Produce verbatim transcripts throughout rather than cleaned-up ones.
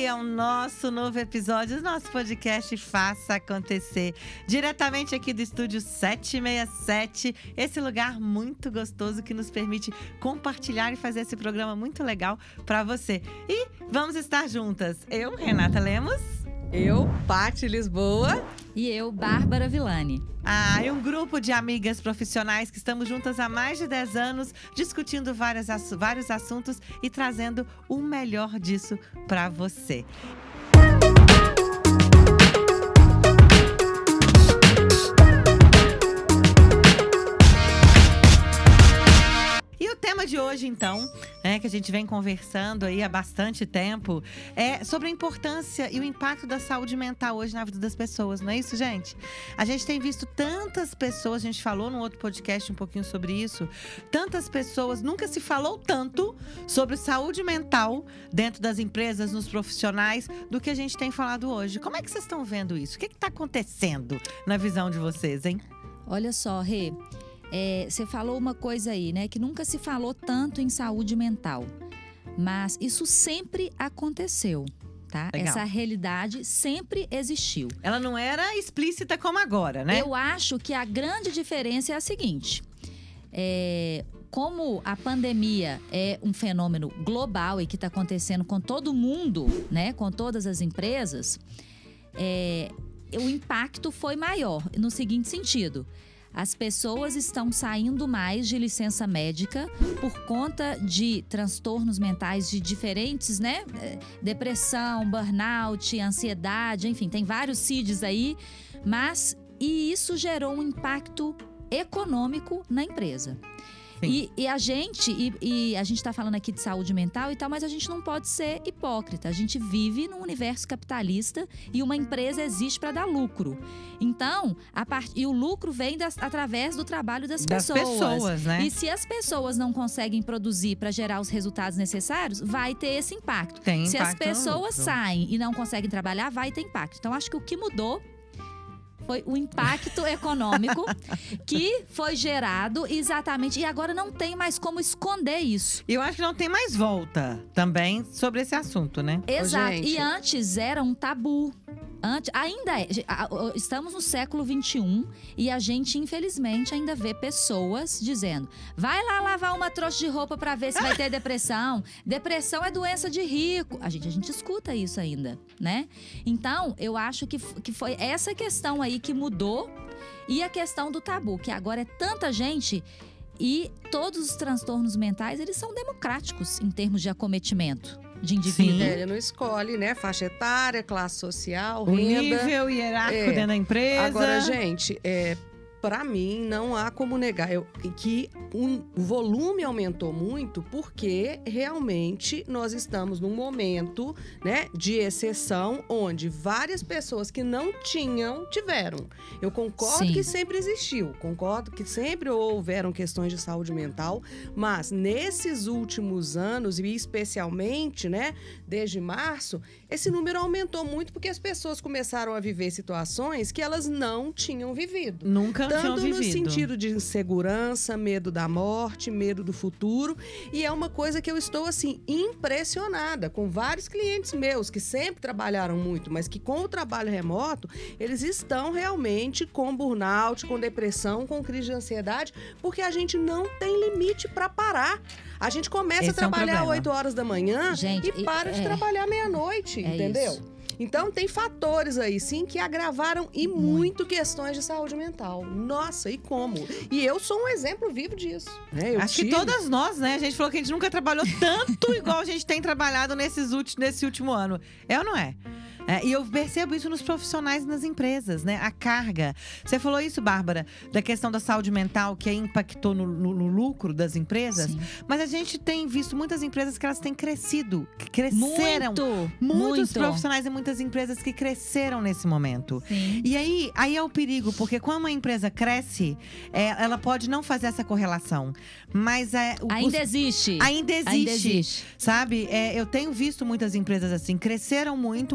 ao nosso novo episódio do nosso podcast Faça Acontecer. Diretamente aqui do estúdio sete seis sete, esse lugar muito gostoso que nos permite compartilhar e fazer esse programa muito legal para você. E vamos estar juntas. Eu, Renata Lemos. Eu, Paty Lisboa. E eu, Bárbara Villani. Ah, e um grupo de amigas profissionais que estamos juntas há mais de dez anos, discutindo vários, vários assuntos e trazendo o melhor disso para você. E o tema de hoje, então, né, que a gente vem conversando aí há bastante tempo, é sobre a importância e o impacto da saúde mental hoje na vida das pessoas, não é isso, gente? A gente tem visto tantas pessoas, a gente falou num outro podcast um pouquinho sobre isso, tantas pessoas, nunca se falou tanto sobre saúde mental dentro das empresas, nos profissionais, do que a gente tem falado hoje. Como é que vocês estão vendo isso? O que está acontecendo na visão de vocês, hein? Olha só, Rê. É, você falou uma coisa aí, né? Que nunca se falou tanto em saúde mental. Mas isso sempre aconteceu, tá? Legal. Essa realidade sempre existiu. Ela não era explícita como agora, né? Eu acho que a grande diferença é a seguinte. É, como a pandemia é um fenômeno global e que está acontecendo com todo mundo, né? Com todas as empresas, é, o impacto foi maior. No seguinte sentido. As pessoas estão saindo mais de licença médica por conta de transtornos mentais de diferentes, né? Depressão, burnout, ansiedade, enfim, tem vários C I Ds aí. Mas, e isso gerou um impacto econômico na empresa. E, e a gente, e, e a gente está falando aqui de saúde mental e tal, mas a gente não pode ser hipócrita. A gente vive num universo capitalista e uma empresa existe para dar lucro. Então, a part... e o lucro vem das, através do trabalho das, das pessoas. pessoas, né? E se as pessoas não conseguem produzir para gerar os resultados necessários, vai ter esse impacto. Tem se impacto as pessoas no lucro. saem e não conseguem trabalhar, vai ter impacto. Então, acho que o que mudou foi o impacto econômico que foi gerado exatamente. E agora não tem mais como esconder isso. E eu acho que não tem mais volta também sobre esse assunto, né? Exato. Ô, gente. E antes era um tabu. Antes, ainda é. Estamos no século vinte e um e a gente, infelizmente, ainda vê pessoas dizendo: vai lá lavar uma trouxa de roupa pra ver se vai ter depressão. Depressão é doença de rico. A gente, a gente escuta isso ainda, né? Então, eu acho que, que foi essa questão aí que mudou e a questão do tabu, que agora é tanta gente. E todos os transtornos mentais, eles são democráticos em termos de acometimento de indivíduo. Sim. É, ele não escolhe, né? Faixa etária, classe social, O renda. nível hierárquico É. dentro da empresa. Agora, gente, é, para mim, não há como negar eu, que um, o volume aumentou muito porque realmente nós estamos num momento, né, de exceção onde várias pessoas que não tinham, tiveram. Eu concordo Sim. que sempre existiu, concordo que sempre houveram questões de saúde mental, mas nesses últimos anos, e especialmente, né, desde março, esse número aumentou muito porque as pessoas começaram a viver situações que elas não tinham vivido. Nunca tinham Tanto no vivido. sentido de insegurança, medo da morte, medo do futuro. E é uma coisa que eu estou, assim, impressionada com vários clientes meus que sempre trabalharam muito, mas que com o trabalho remoto, eles estão realmente com burnout, com depressão, com crise de ansiedade, porque a gente não tem limite para parar. A gente começa Esse a trabalhar é um às oito horas da manhã Gente, e para é, de trabalhar meia-noite, é entendeu? isso. Então, tem fatores aí, sim, que agravaram e muito. muito questões de saúde mental. Nossa, e como? E eu sou um exemplo vivo disso. Né? Eu Acho tive... que todas nós, né? A gente falou que a gente nunca trabalhou tanto igual a gente tem trabalhado nesses últimos, nesse último ano. É ou não é? É, e eu percebo isso nos profissionais e nas empresas, né? A carga. Você falou isso, Bárbara, da questão da saúde mental que impactou no, no, no lucro das empresas. Sim. Mas a gente tem visto muitas empresas que elas têm crescido, que cresceram. Muito, Muitos muito. profissionais e muitas empresas que cresceram nesse momento. Sim. E aí, aí é o perigo, porque quando uma empresa cresce, é, ela pode não fazer essa correlação. Mas é, o, Ainda os, existe. Ainda existe. Ainda existe. Sabe? É, eu tenho visto muitas empresas assim, cresceram muito, muitos profissionais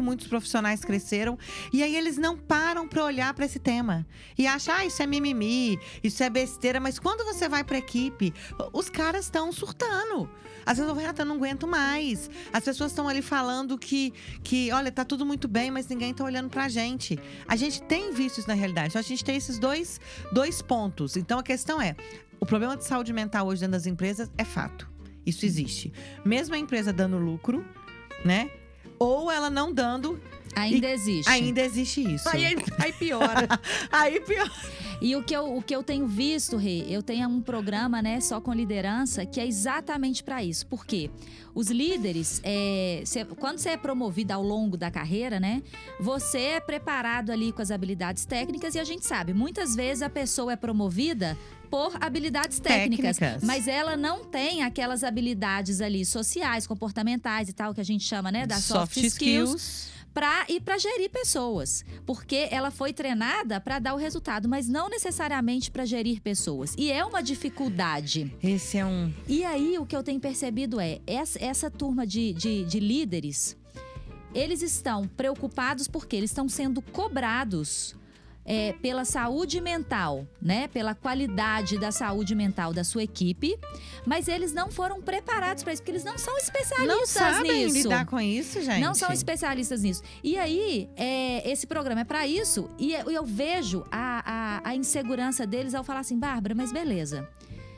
profissionais cresceram. E aí eles não param para olhar para esse tema. E acham, ah, isso é mimimi, isso é besteira. Mas quando você vai para a equipe, os caras estão surtando. Às vezes, Renata, eu não aguento mais. As pessoas estão ali falando que, que, olha, tá tudo muito bem, mas ninguém tá olhando pra gente. A gente tem visto isso na realidade. Então, a gente tem esses dois, dois pontos. Então, a questão é, o problema de saúde mental hoje dentro das empresas é fato. Isso existe. Mesmo a empresa dando lucro, né? Ou ela não dando… Ainda e, existe. Ainda existe isso. Aí, aí piora. Aí piora. E o que, eu, o que eu tenho visto, Rê, eu tenho um programa, né, só com liderança, que é exatamente para isso. Por quê? Os líderes, é, cê, quando você é promovido ao longo da carreira, né, você é preparado ali com as habilidades técnicas e a gente sabe, muitas vezes a pessoa é promovida por habilidades técnicas, Técnicas. mas ela não tem aquelas habilidades ali sociais, comportamentais e tal, que a gente chama, né, das soft, Soft skills. skills. Pra, e para gerir pessoas, porque ela foi treinada para dar o resultado, mas não necessariamente para gerir pessoas. E é uma dificuldade. Esse é um… E aí, o que eu tenho percebido é, essa, essa turma de, de, de líderes, eles estão preocupados porque eles estão sendo cobrados é, pela saúde mental, né? Pela qualidade da saúde mental da sua equipe, mas eles não foram preparados para isso, porque eles não são especialistas Não sabem nisso. lidar com isso, gente. Não são especialistas nisso. E aí, é, esse programa é para isso. E eu, eu vejo a, a, a insegurança deles ao falar assim, Bárbara, mas beleza.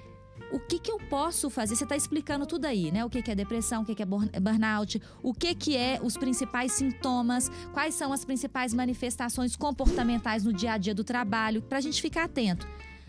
O que que eu posso fazer? Você está explicando tudo aí, né? O que que é depressão, o que que é burnout, o que que é os principais sintomas, quais são as principais manifestações comportamentais no dia a dia do trabalho, para a gente ficar atento.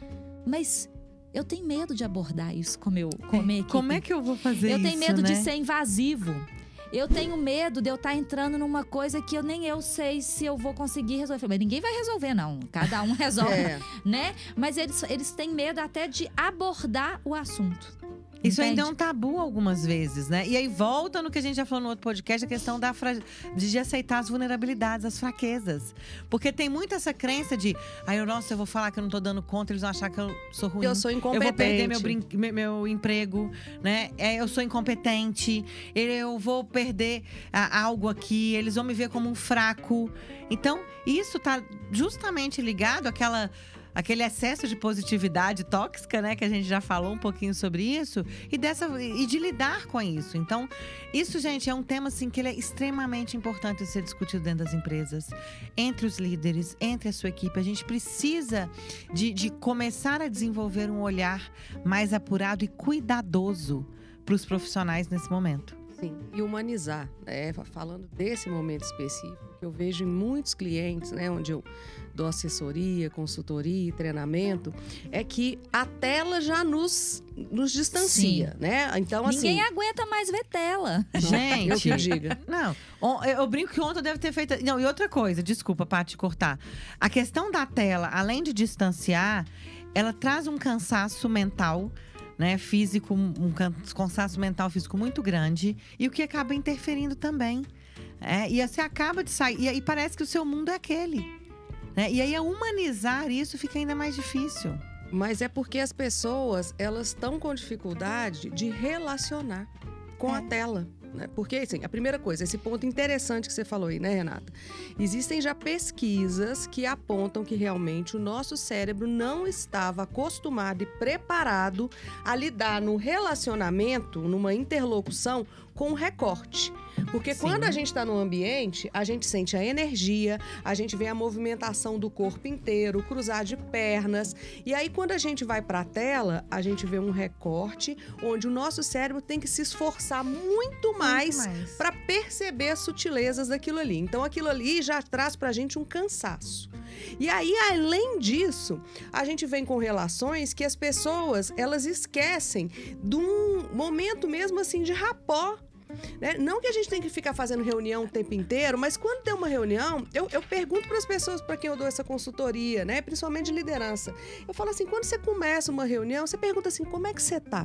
Mas eu tenho medo de abordar isso com, meu, com a minha equipe. Como é que eu vou fazer Eu isso, tenho medo né? de ser invasivo. Eu tenho medo de eu estar entrando numa coisa que eu nem eu sei se eu vou conseguir resolver. Mas ninguém vai resolver, não. Cada um resolve, É. né? Mas eles, eles têm medo até de abordar o assunto. Isso Entende? ainda é um tabu algumas vezes, né? E aí volta no que a gente já falou no outro podcast, a questão da fra... de aceitar as vulnerabilidades, as fraquezas. Porque tem muito essa crença de, ai, nossa, eu vou falar que eu não tô dando conta, eles vão achar que eu sou ruim. Eu sou Eu vou incompetente. perder meu, brin... meu, meu emprego, né? É, eu sou incompetente, eu vou perder ah, algo aqui, eles vão me ver como um fraco. Então, isso tá justamente ligado àquela… aquele excesso de positividade tóxica, né? Que a gente já falou um pouquinho sobre isso. E, dessa, e de lidar com isso. Então, isso, gente, é um tema, assim, que ele é extremamente importante ser discutido dentro das empresas. Entre os líderes, entre a sua equipe. A gente precisa de, de começar a desenvolver um olhar mais apurado e cuidadoso para os profissionais nesse momento. Sim, e humanizar, né? Falando desse momento específico, que eu vejo em muitos clientes, né, onde eu dou assessoria, consultoria e treinamento, é que a tela já nos, nos distancia, Sim. né? Então, Ninguém assim… aguenta mais ver tela. Gente, Eu que diga. Não, on- eu brinco que ontem eu devo ter feito… Não, e outra coisa, desculpa, Paty, cortar. A questão da tela, além de distanciar, ela traz um cansaço mental, né, físico, um can- cansaço mental físico muito grande, e o que acaba interferindo também. É, e você acaba de sair, e aí parece que o seu mundo é aquele. Né? E aí, a humanizar isso fica ainda mais difícil. Mas é porque as pessoas, elas estão com dificuldade de relacionar com É. a tela. Né? Porque, assim, a primeira coisa, esse ponto interessante que você falou aí, né, Renata? Existem já pesquisas que apontam que realmente o nosso cérebro não estava acostumado e preparado a lidar no relacionamento, numa interlocução, com o recorte. Porque Sim. quando a gente está no ambiente, a gente sente a energia, a gente vê a movimentação do corpo inteiro, cruzar de pernas. E aí, quando a gente vai para a tela, a gente vê um recorte onde o nosso cérebro tem que se esforçar muito mais mais. para perceber as sutilezas daquilo ali. Então, aquilo ali já traz para a gente um cansaço. E aí, além disso, a gente vem com relações que as pessoas, elas esquecem de um momento mesmo assim de rapó. Né? Não que a gente tem que ficar fazendo reunião o tempo inteiro, mas quando tem uma reunião, eu, eu pergunto para as pessoas para quem eu dou essa consultoria, né? Principalmente de liderança. Eu falo assim, quando você começa uma reunião, você pergunta assim, como é que você tá?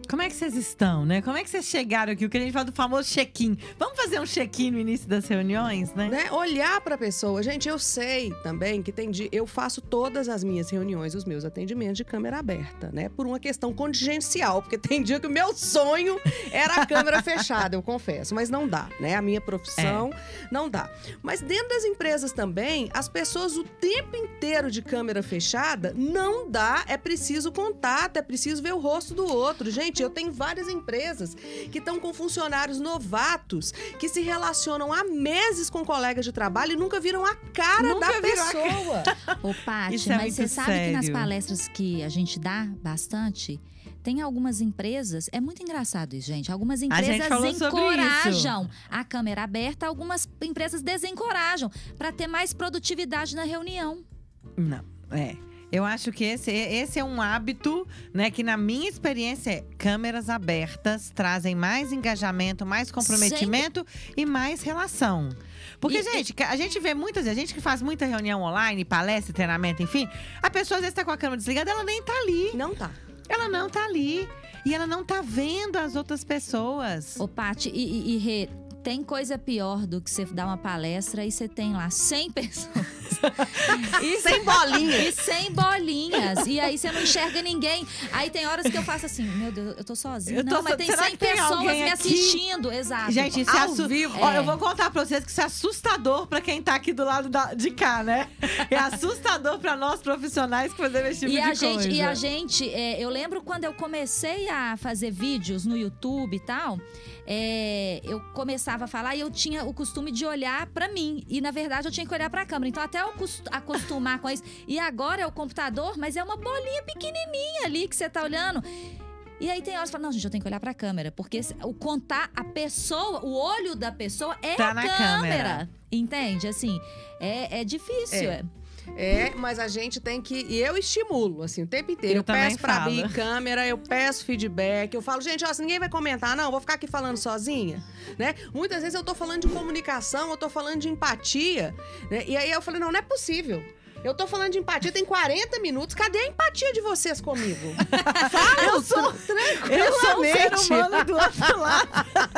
Como é que vocês estão, né? Como é que vocês chegaram aqui? O que a gente fala do famoso check-in. Vamos fazer um check-in no início das reuniões, né? né? Olhar para a pessoa. Gente, eu sei também que tem dia… Eu faço todas as minhas reuniões, os meus atendimentos de câmera aberta, né? Por uma questão contingencial. Porque tem dia que o meu sonho era a câmera fechada, eu confesso. Mas não dá, né? A minha profissão é. não dá. Mas dentro das empresas também, as pessoas o tempo inteiro de câmera fechada, não dá. É preciso contato, é preciso ver o rosto do outro. Gente, eu tenho várias empresas que estão com funcionários novatos que se relacionam há meses com colegas de trabalho e nunca viram a cara nunca da pessoa. Ô, Paty, é mas você sabe sério. que nas palestras que a gente dá bastante, tem algumas empresas… É muito engraçado isso, gente. Algumas empresas encorajam a câmera aberta, algumas empresas desencorajam para ter mais produtividade na reunião. Não, é… Eu acho que esse, esse é um hábito, né, que na minha experiência é câmeras abertas trazem mais engajamento, mais comprometimento Sempre. e mais relação. Porque, e, gente, e... a gente vê muitas vezes, a gente que faz muita reunião online, palestra, treinamento, enfim, a pessoa às vezes tá com a câmera desligada, ela nem tá ali. Não tá. Ela não tá ali. E ela não tá vendo as outras pessoas. Ô, Paty, e, e, e Rê, tem coisa pior do que você dar uma palestra e você tem lá cem pessoas. E sem bolinhas. E sem bolinhas. E aí você não enxerga ninguém. Aí tem horas que eu faço assim, meu Deus, eu tô sozinha. Eu tô não, mas so... tem Será cem que tem pessoas me aqui? assistindo. Exato. Gente, isso é Ao assu... vivo. Ó, É. eu vou contar pra vocês que isso é assustador pra quem tá aqui do lado da... de cá, né? É assustador pra nós profissionais que fazemos esse tipo e de a gente, coisa. E a gente, é, eu lembro quando eu comecei a fazer vídeos no YouTube e tal… É, eu começava a falar e eu tinha o costume de olhar pra mim. E, na verdade, eu tinha que olhar pra câmera. Então, até eu acostumar com isso. E agora é o computador, mas é uma bolinha pequenininha ali que você tá olhando. E aí tem horas que fala, não, gente, eu tenho que olhar pra câmera. Porque o contar a pessoa, o olho da pessoa é tá a na câmera. câmera. Entende? Assim, é, é difícil. É. É, mas a gente tem que… E eu estimulo, assim, o tempo inteiro. Eu Eu, também peço pra falo. abrir câmera, eu peço feedback. Eu falo, gente, ó, se ninguém vai comentar, não, eu vou ficar aqui falando sozinha, né? Muitas vezes eu tô falando de comunicação, eu tô falando de empatia, né? E aí eu falei, não, não é possível. Eu tô falando de empatia, tem quarenta minutos. Cadê a empatia de vocês comigo? Fala, Eu sou- tranquilamente. Eu sou um ser humano do outro lado.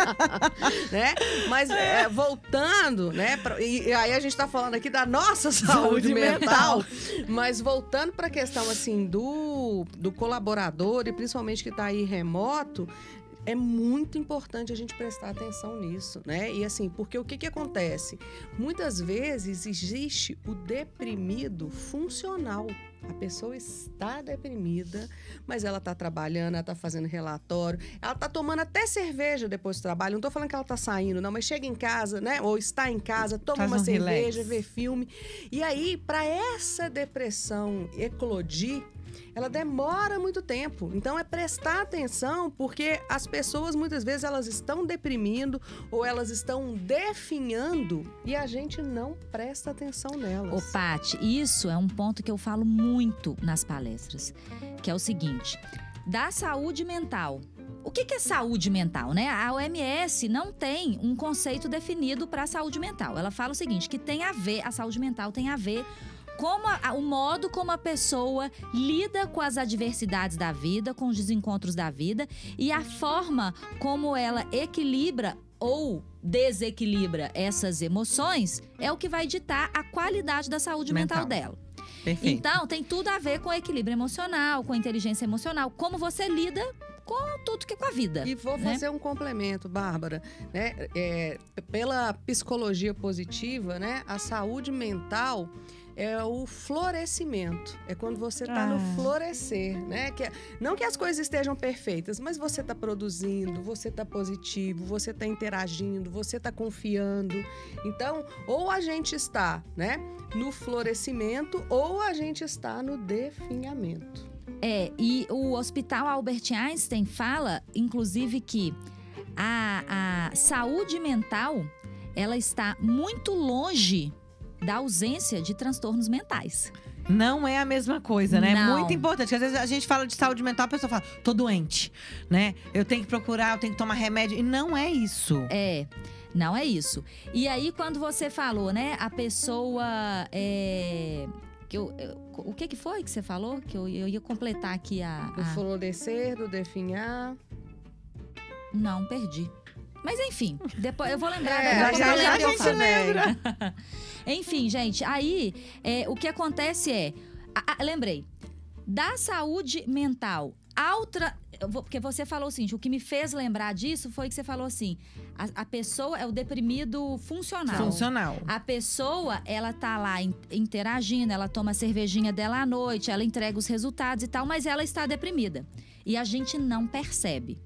né? Mas é, voltando, né? pra- e, e aí a gente tá falando aqui da nossa saúde, Saúde mental, mas voltando para a questão assim do, do colaborador e principalmente que tá aí remoto, é muito importante a gente prestar atenção nisso, né? E assim, porque o que que acontece? Muitas vezes existe o deprimido funcional. A pessoa está deprimida, mas ela está trabalhando, ela está fazendo relatório, ela está tomando até cerveja depois do trabalho. Não estou falando que ela está saindo, não, mas chega em casa, né? Ou está em casa, toma Faz uma um cerveja, relax. vê filme. E aí, para essa depressão eclodir, ela demora muito tempo. Então, é prestar atenção, porque as pessoas, muitas vezes, elas estão deprimindo ou elas estão definhando e a gente não presta atenção nelas. Ô, Paty, isso é um ponto que eu falo muito nas palestras, que é o seguinte, da saúde mental. O que que é saúde mental, né? A O M S não tem um conceito definido para a saúde mental. Ela fala o seguinte, que tem a ver, a saúde mental tem a ver como a, o modo como a pessoa lida com as adversidades da vida, com os desencontros da vida e a forma como ela equilibra ou desequilibra essas emoções é o que vai ditar a qualidade da saúde mental, Mental. dela. Perfeito. Então, tem tudo a ver com equilíbrio emocional, com inteligência emocional, como você lida com tudo que é com a vida. E vou né? fazer um complemento, Bárbara, né? É, pela psicologia positiva, né? A saúde mental é o florescimento. É quando você está Ah. no florescer, né? Que é- não que as coisas estejam perfeitas, mas você está produzindo, você está positivo, você está interagindo, você está confiando. Então, ou a gente está, né, no florescimento, ou a gente está no definhamento. É, e o Hospital Albert Einstein fala, inclusive, que a, a saúde mental, ela está muito longe da ausência de transtornos mentais. Não é a mesma coisa, né? É Não. muito importante. Às vezes a gente fala de saúde mental, a pessoa fala, tô doente, né? Eu tenho que procurar, eu tenho que tomar remédio. E não é isso. É, não é isso. E aí, quando você falou, né, a pessoa… É, que eu, eu- o que que foi que você falou? Que eu, eu ia completar aqui a… Do a... florescer, do definhar. Não, perdi. Mas enfim, depois eu vou lembrar. É, agora, já, quando eu já lembro, a eu gente falo. lembra. Enfim, gente, aí é, o que acontece é. A, a, lembrei. Da saúde mental ao tra... eu vou- porque você falou o seguinte, o que me fez lembrar disso foi que você falou assim, a, a pessoa é o deprimido funcional. Funcional. A pessoa, ela tá lá in- interagindo, ela toma a cervejinha dela à noite, ela entrega os resultados e tal, mas ela está deprimida. E a gente não percebe.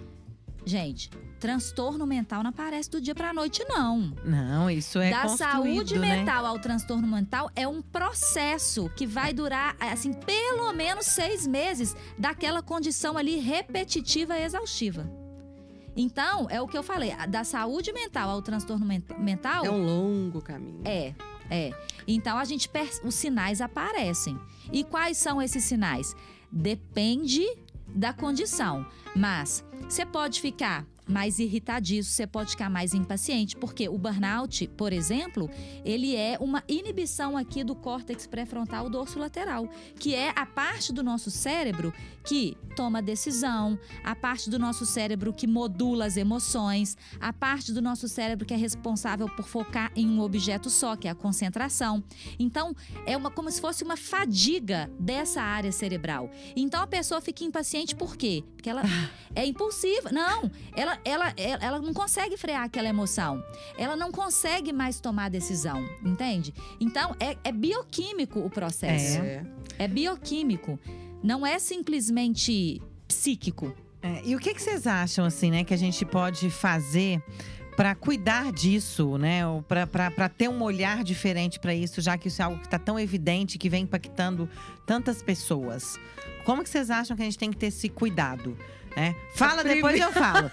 Gente, transtorno mental não aparece do dia pra noite, não. Não, isso é Da construído, saúde né? mental ao transtorno mental é um processo que vai durar, assim, pelo menos seis meses daquela condição ali repetitiva e exaustiva. Então, é o que eu falei, a- da saúde mental ao transtorno men- mental É um longo caminho. é, é. Então a gente per- os sinais aparecem. E quais são esses sinais? Depende da condição, mas você pode ficar mais irritadiço, você pode ficar mais impaciente, porque o burnout, por exemplo, ele é uma inibição aqui do córtex pré-frontal dorsolateral, que é a parte do nosso cérebro que toma decisão, a parte do nosso cérebro que modula as emoções, a parte do nosso cérebro que é responsável por focar em um objeto só, que é a concentração. Então, é uma, como se fosse uma fadiga dessa área cerebral. Então, a pessoa fica impaciente por quê? Porque ela é impulsiva. Não, ela, ela, ela, ela não consegue frear aquela emoção. Ela não consegue mais tomar decisão, entende? Então, é, é bioquímico o processo. É. É bioquímico. Não é simplesmente psíquico. É, e o que, que vocês acham, assim, né, que a gente pode fazer para cuidar disso, né? Ou para ter um olhar diferente para isso, já que isso é algo que está tão evidente, que vem impactando tantas pessoas. Como que vocês acham que a gente tem que ter esse cuidado? Né? Fala, A prime- depois eu falo.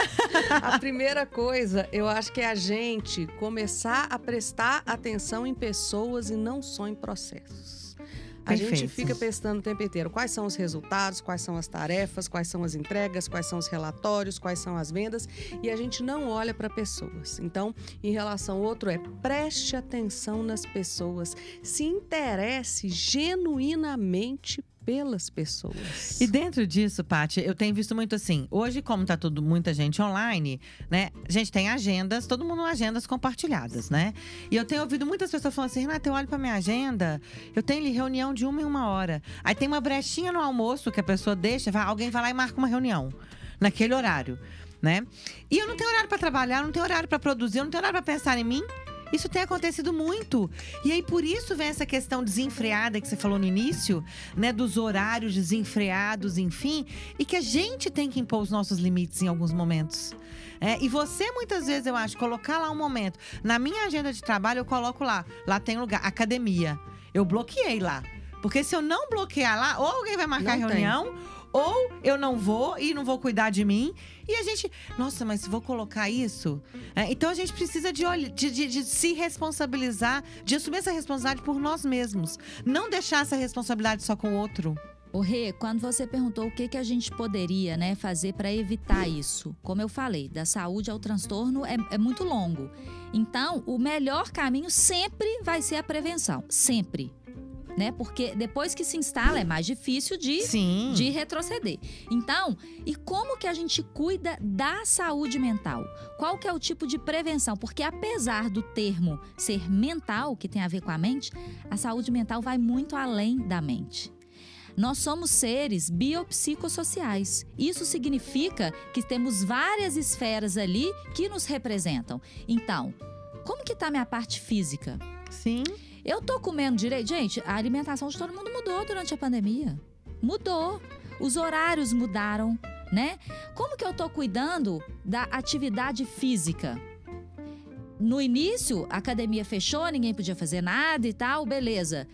A primeira coisa, eu acho que é a gente começar a prestar atenção em pessoas e não só em processos. A gente Perfeito. fica pensando o tempo inteiro quais são os resultados, quais são as tarefas, quais são as entregas, quais são os relatórios, quais são as vendas, e a gente não olha para pessoas. Então, em relação ao outro, é preste atenção nas pessoas, se interesse genuinamente pelas pessoas. E dentro disso, Paty, eu tenho visto muito assim. Hoje, como tá tudo, muita gente online, né? A gente tem agendas, todo mundo agendas compartilhadas, né? E eu tenho ouvido muitas pessoas falando assim: Renata, eu olho pra minha agenda, eu tenho ali reunião de uma em uma hora. Aí tem uma brechinha no almoço que a pessoa deixa, vai, alguém vai lá e marca uma reunião naquele horário, né? E eu não tenho horário pra trabalhar, eu não tenho horário pra produzir, eu não tenho horário pra pensar em mim. Isso tem acontecido muito. E aí, por isso vem essa questão desenfreada que você falou no início, né? Dos horários desenfreados, enfim. E que a gente tem que impor os nossos limites em alguns momentos. É, e você, muitas vezes, eu acho, colocar lá um momento. Na minha agenda de trabalho, eu coloco lá. Lá tem lugar, academia. Eu bloqueei lá. Porque se eu não bloquear lá, ou alguém vai marcar Não reunião… Ou eu não vou e não vou cuidar de mim. E a gente… Nossa, mas vou colocar isso? É, então a gente precisa de, olh- de, de, de se responsabilizar, de assumir essa responsabilidade por nós mesmos. Não deixar essa responsabilidade só com o outro. O Rê, quando você perguntou o que, que a gente poderia, né, fazer para evitar isso, como eu falei, da saúde ao transtorno é, é muito longo. Então, o melhor caminho sempre vai ser a prevenção. Sempre. Né? Porque depois que se instala é mais difícil de, Sim. de retroceder. Então, e como que a gente cuida da saúde mental? Qual que é o tipo de prevenção? Porque apesar do termo ser mental, que tem a ver com a mente, a saúde mental vai muito além da mente. Nós somos seres biopsicossociais. Isso significa que temos várias esferas ali que nos representam. Então, como que tá minha parte física? Sim. Eu tô comendo direito? Gente, a alimentação de todo mundo mudou durante a pandemia. Mudou. Os horários mudaram, né? Como que eu tô cuidando da atividade física? No início, a academia fechou, ninguém podia fazer nada e tal, beleza.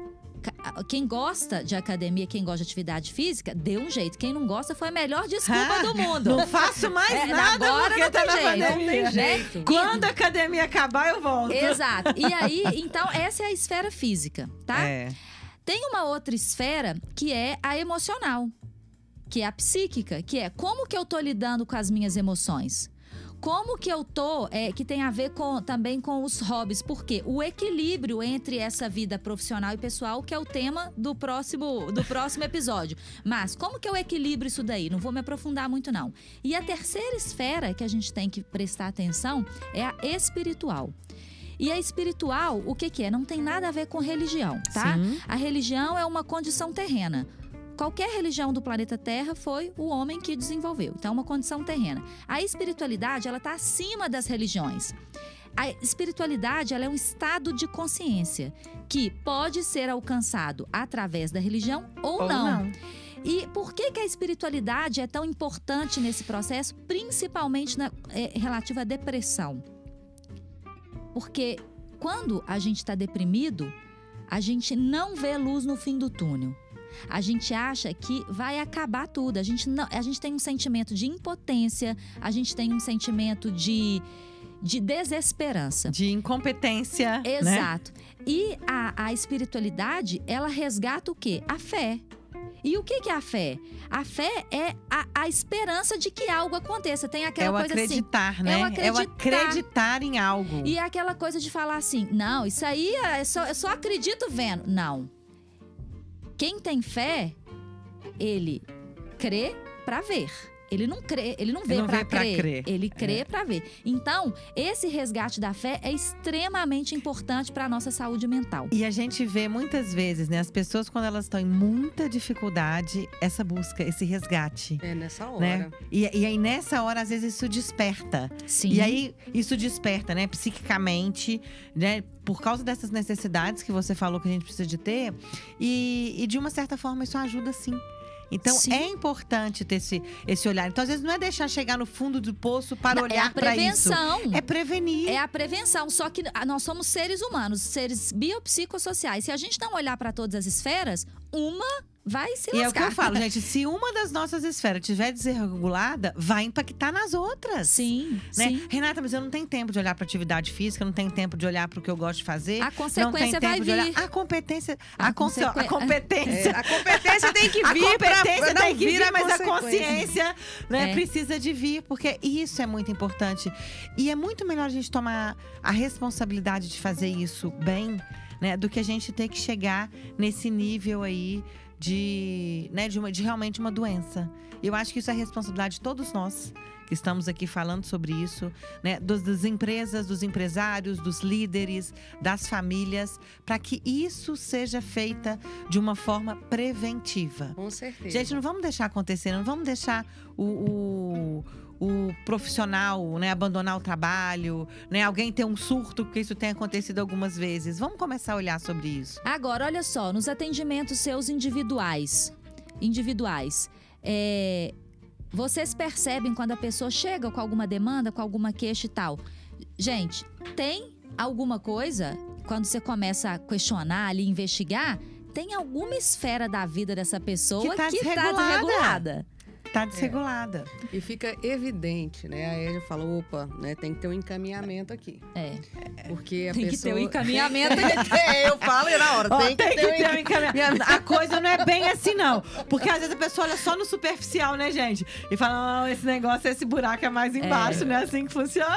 Ca- Quem gosta de academia, quem gosta de atividade física, deu um jeito. Quem não gosta foi a melhor desculpa Ah, do mundo. Não faço mais É, nada agora porque não tá tem na jeito. pandemia. Não tem né? jeito. Quando a academia acabar, eu volto. Exato. E aí, então, essa é a esfera física, tá? É. Tem uma outra esfera que é a emocional, que é a psíquica, que é como que eu tô lidando com as minhas emoções? Como que eu tô, é, que tem a ver com, também com os hobbies. Por quê? O equilíbrio entre essa vida profissional e pessoal, que é o tema do próximo, do próximo episódio. Mas como que eu equilibro isso daí? Não vou me aprofundar muito, não. E a terceira esfera que a gente tem que prestar atenção é a espiritual. E a espiritual, o que que é? Não tem nada a ver com religião, tá? Sim. A religião é uma condição terrena. Qualquer religião do planeta Terra foi o homem que desenvolveu. Então, é uma condição terrena. A espiritualidade, ela está acima das religiões. A espiritualidade, ela é um estado de consciência que pode ser alcançado através da religião ou, Ou não. não. E por que que a espiritualidade é tão importante nesse processo, principalmente na, é, relativa à depressão? Porque quando a gente está deprimido, a gente não vê luz no fim do túnel. A gente acha que vai acabar tudo. A gente, não, a gente tem um sentimento de impotência, a gente tem um sentimento de, de desesperança. De incompetência. Exato. Né? E a, a espiritualidade, ela resgata o quê? A fé. E o que que é a fé? A fé é a, a esperança de que algo aconteça. Tem aquela É o coisa acreditar, assim, né? É o acreditar. É o acreditar em algo. E é aquela coisa de falar assim, não, isso aí é só, eu só acredito vendo. Não. Quem tem fé, ele crê pra ver. Ele não crê, ele não vê, Ele não pra, vê pra crer. crer. Ele crê É. pra ver. Então, esse resgate da fé é extremamente importante para a nossa saúde mental. E a gente vê muitas vezes, né? As pessoas, quando elas estão em muita dificuldade, essa busca, esse resgate. É nessa hora. Né? E, e aí, nessa hora, às vezes, isso desperta. Sim. E aí, isso desperta, né? Psiquicamente, né? Por causa dessas necessidades que você falou que a gente precisa de ter. E, e de uma certa forma, isso ajuda sim. Então, Sim. é importante ter esse, esse olhar. Então, às vezes, não é deixar chegar no fundo do poço para Não, olhar para isso. É a prevenção. É prevenir. É a prevenção, só que ah, nós somos seres humanos, seres biopsicossociais. Se a gente não olhar para todas as esferas, uma vai se lascar. E é o que eu falo, gente. Se uma das nossas esferas estiver desregulada, vai impactar nas outras. Sim, Né? sim. Renata, mas eu não tenho tempo de olhar para atividade física, não tenho tempo de olhar para o que eu gosto de fazer. A consequência não tenho tempo vai de olhar. vir. A competência. A A, conse- consequ- a competência. É, a competência tem que A vir competência pra, não tem que vir, vir a mas a consequência. consciência né, É. precisa de vir, porque isso é muito importante. E é muito melhor a gente tomar a responsabilidade de fazer isso bem, né, do que a gente ter que chegar nesse nível aí de, né, de, uma, de realmente uma doença. Eu acho que isso é responsabilidade de todos nós que estamos aqui falando sobre isso, né, dos, das empresas, dos empresários, dos líderes, das famílias, para que isso seja feita de uma forma preventiva. Com certeza. Gente, não vamos deixar acontecer, não vamos deixar o, o, o profissional, né, abandonar o trabalho, né, alguém ter um surto, porque isso tem acontecido algumas vezes. Vamos começar a olhar sobre isso. Agora, olha só, nos atendimentos seus individuais, individuais, é, vocês percebem quando a pessoa chega com alguma demanda, com alguma queixa e tal. Gente, tem alguma coisa, quando você começa a questionar ali, investigar, tem alguma esfera da vida dessa pessoa Que tá que está desregulada. desregulada. Tá desregulada. E fica evidente, né? Aí a gente fala, opa, né? Tem que ter um encaminhamento aqui. É. Porque a Tem que pessoa… ter um encaminhamento. É, eu falo e na hora, Ó, tem que ter um um encaminhamento. A coisa não é bem assim, não. Porque às vezes a pessoa olha só no superficial, né, gente? E fala, não, esse negócio, esse buraco é mais embaixo, É. não é assim que funciona?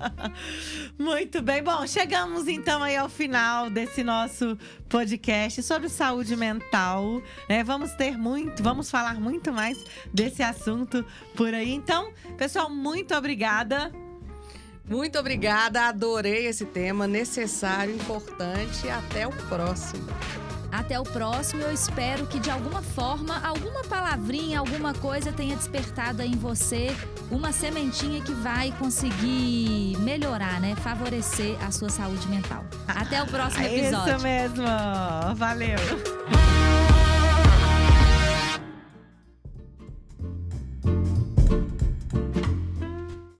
Muito bem. Bom, chegamos então aí ao final desse nosso podcast sobre saúde mental. Né? Vamos ter muito, vamos falar muito mais desse assunto por aí. Então, pessoal, muito obrigada. Muito obrigada, adorei esse tema, necessário, importante. Até o próximo. Até o próximo. Eu espero que, de alguma forma, alguma palavrinha, alguma coisa tenha despertado aí em você uma sementinha que vai conseguir melhorar, né? Favorecer a sua saúde mental. Até o próximo episódio. Isso mesmo. Valeu.